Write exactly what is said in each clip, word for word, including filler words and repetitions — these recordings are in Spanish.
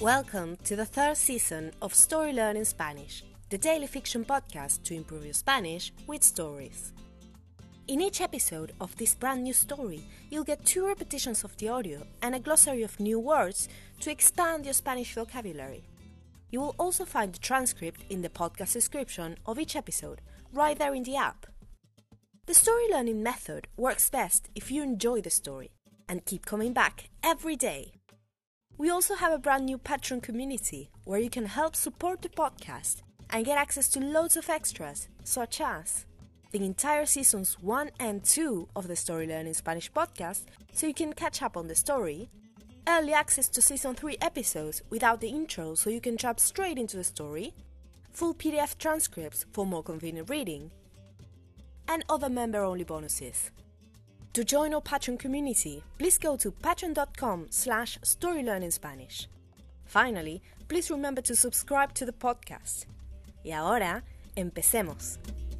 Welcome to the third season of Story Learning Spanish, the daily fiction podcast to improve your Spanish with stories. In each episode of this brand new story, you'll get two repetitions of the audio and a glossary of new words to expand your Spanish vocabulary. You will also find the transcript in the podcast description of each episode, right there in the app. The story learning method works best if you enjoy the story and keep coming back every day. We also have a brand new Patreon community where you can help support the podcast and get access to loads of extras, such as the entire seasons one and two of the Story Learning Spanish podcast, so you can catch up on the story, early access to season three episodes without the intro so you can jump straight into the story, full P D F transcripts for more convenient reading, and other member-only bonuses. To join our Patreon community, please go to patreon.com slash storylearningspanish. Finally, please remember to subscribe to the podcast. Y ahora, empecemos.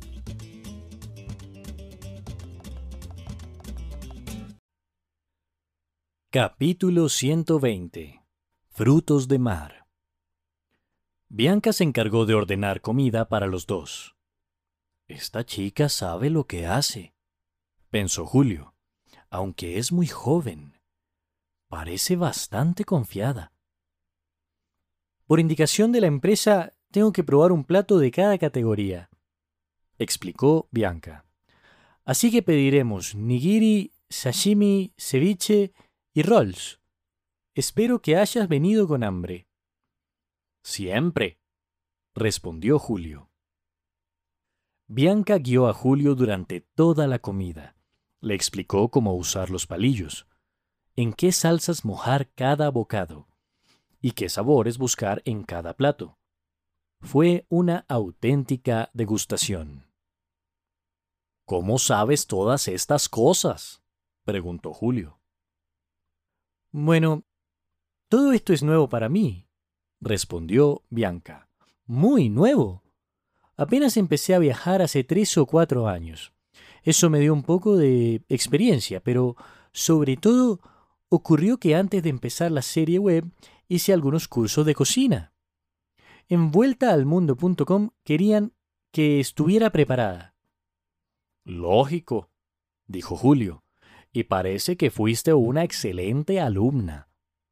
Capítulo ciento veinte. Frutos de mar. Bianca se encargó de ordenar comida para los dos. Esta chica sabe lo que hace, pensó Julio, aunque es muy joven. Parece bastante confiada. Por indicación de la empresa, tengo que probar un plato de cada categoría, explicó Bianca. Así que pediremos nigiri, sashimi, ceviche y rolls. Espero que hayas venido con hambre. Siempre, respondió Julio. Bianca guió a Julio durante toda la comida. Le explicó cómo usar los palillos, en qué salsas mojar cada bocado y qué sabores buscar en cada plato. Fue una auténtica degustación. ¿Cómo sabes todas estas cosas?, preguntó Julio. Bueno, todo esto es nuevo para mí, respondió Bianca. Muy nuevo. Apenas empecé a viajar hace tres o cuatro años. Eso me dio un poco de experiencia, pero sobre todo ocurrió que antes de empezar la serie web hice algunos cursos de cocina. En vuelta al mundo punto com querían que estuviera preparada. Lógico, dijo Julio, y parece que fuiste una excelente alumna.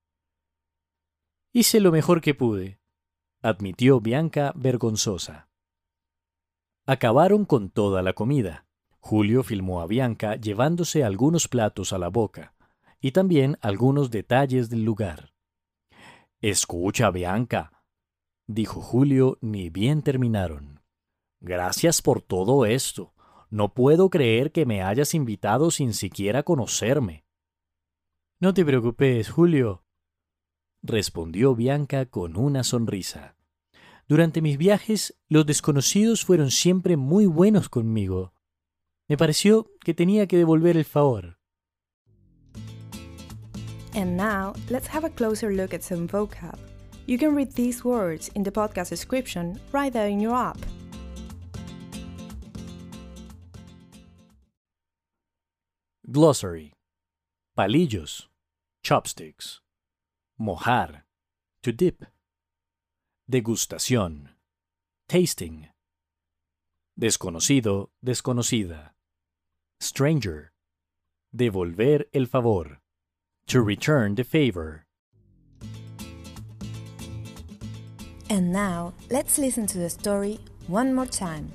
Hice lo mejor que pude, admitió Bianca vergonzosa. Acabaron con toda la comida. Julio filmó a Bianca llevándose algunos platos a la boca y también algunos detalles del lugar. Escucha, Bianca, dijo Julio ni bien terminaron. Gracias por todo esto. No puedo creer que me hayas invitado sin siquiera conocerme. No te preocupes, Julio, respondió Bianca con una sonrisa. Durante mis viajes, los desconocidos fueron siempre muy buenos conmigo. Me pareció que tenía que devolver el favor. And now, let's have a closer look at some vocab. You can read these words in the podcast description right there in your app. Glossary. Palillos, chopsticks. Mojar, to dip. Degustación, tasting. Desconocido, desconocida. Stranger, devolver el favor. To return the favor. And now, let's listen to the story one more time.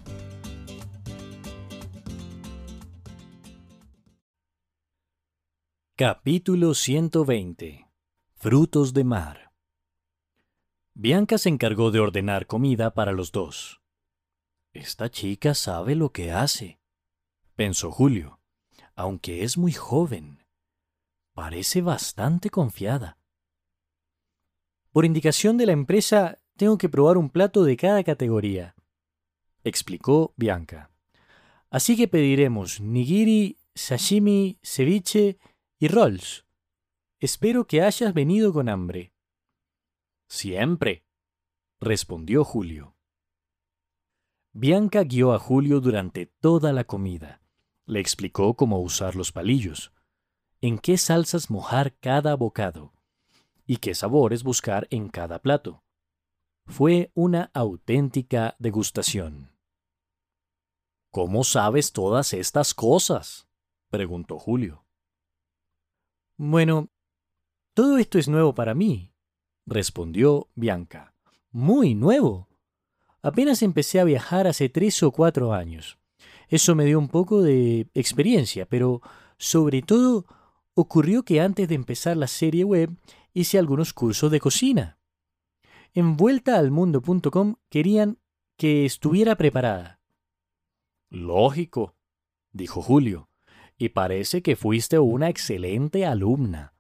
Capítulo ciento veinte. Frutos de mar. Bianca se encargó de ordenar comida para los dos. Esta chica sabe lo que hace, pensó Julio, aunque es muy joven. Parece bastante confiada. Por indicación de la empresa, tengo que probar un plato de cada categoría, explicó Bianca. Así que pediremos nigiri, sashimi, ceviche y rolls. Espero que hayas venido con hambre. Siempre, respondió Julio. Bianca guió a Julio durante toda la comida. Le explicó cómo usar los palillos, en qué salsas mojar cada bocado y qué sabores buscar en cada plato. Fue una auténtica degustación. ¿Cómo sabes todas estas cosas?, preguntó Julio. Bueno, todo esto es nuevo para mí, respondió Bianca. Muy nuevo. Apenas empecé a viajar hace tres o cuatro años. Eso me dio un poco de experiencia, pero sobre todo ocurrió que antes de empezar la serie web hice algunos cursos de cocina. En vuelta al mundo punto com querían que estuviera preparada. Lógico, dijo Julio, y parece que fuiste una excelente alumna.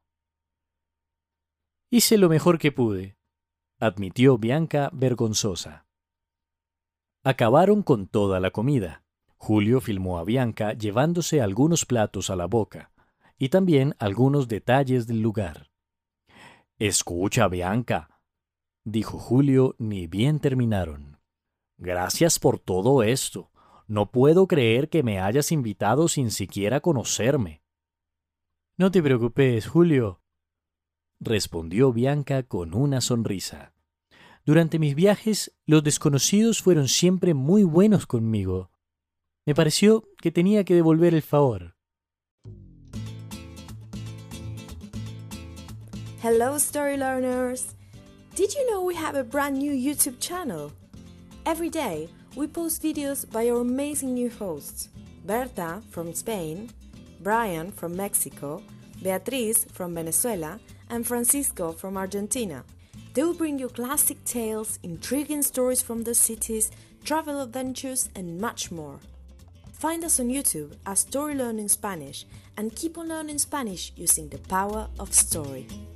Hice lo mejor que pude, admitió Bianca vergonzosa. Acabaron con toda la comida. Julio filmó a Bianca llevándose algunos platos a la boca y también algunos detalles del lugar. Escucha, Bianca, dijo Julio ni bien terminaron. Gracias por todo esto. No puedo creer que me hayas invitado sin siquiera conocerme. No te preocupes, Julio, respondió Bianca con una sonrisa. Durante mis viajes, los desconocidos fueron siempre muy buenos conmigo. Me pareció que tenía que devolver el favor. Hello, story learners! Did you know we have a brand new YouTube channel? Every day, we post videos by our amazing new hosts. Berta from Spain, Brian from Mexico, Beatriz from Venezuela, and Francisco from Argentina. They will bring you classic tales, intriguing stories from the cities, travel adventures, and much more. Find us on YouTube as Story Learning Spanish and keep on learning Spanish using the power of story.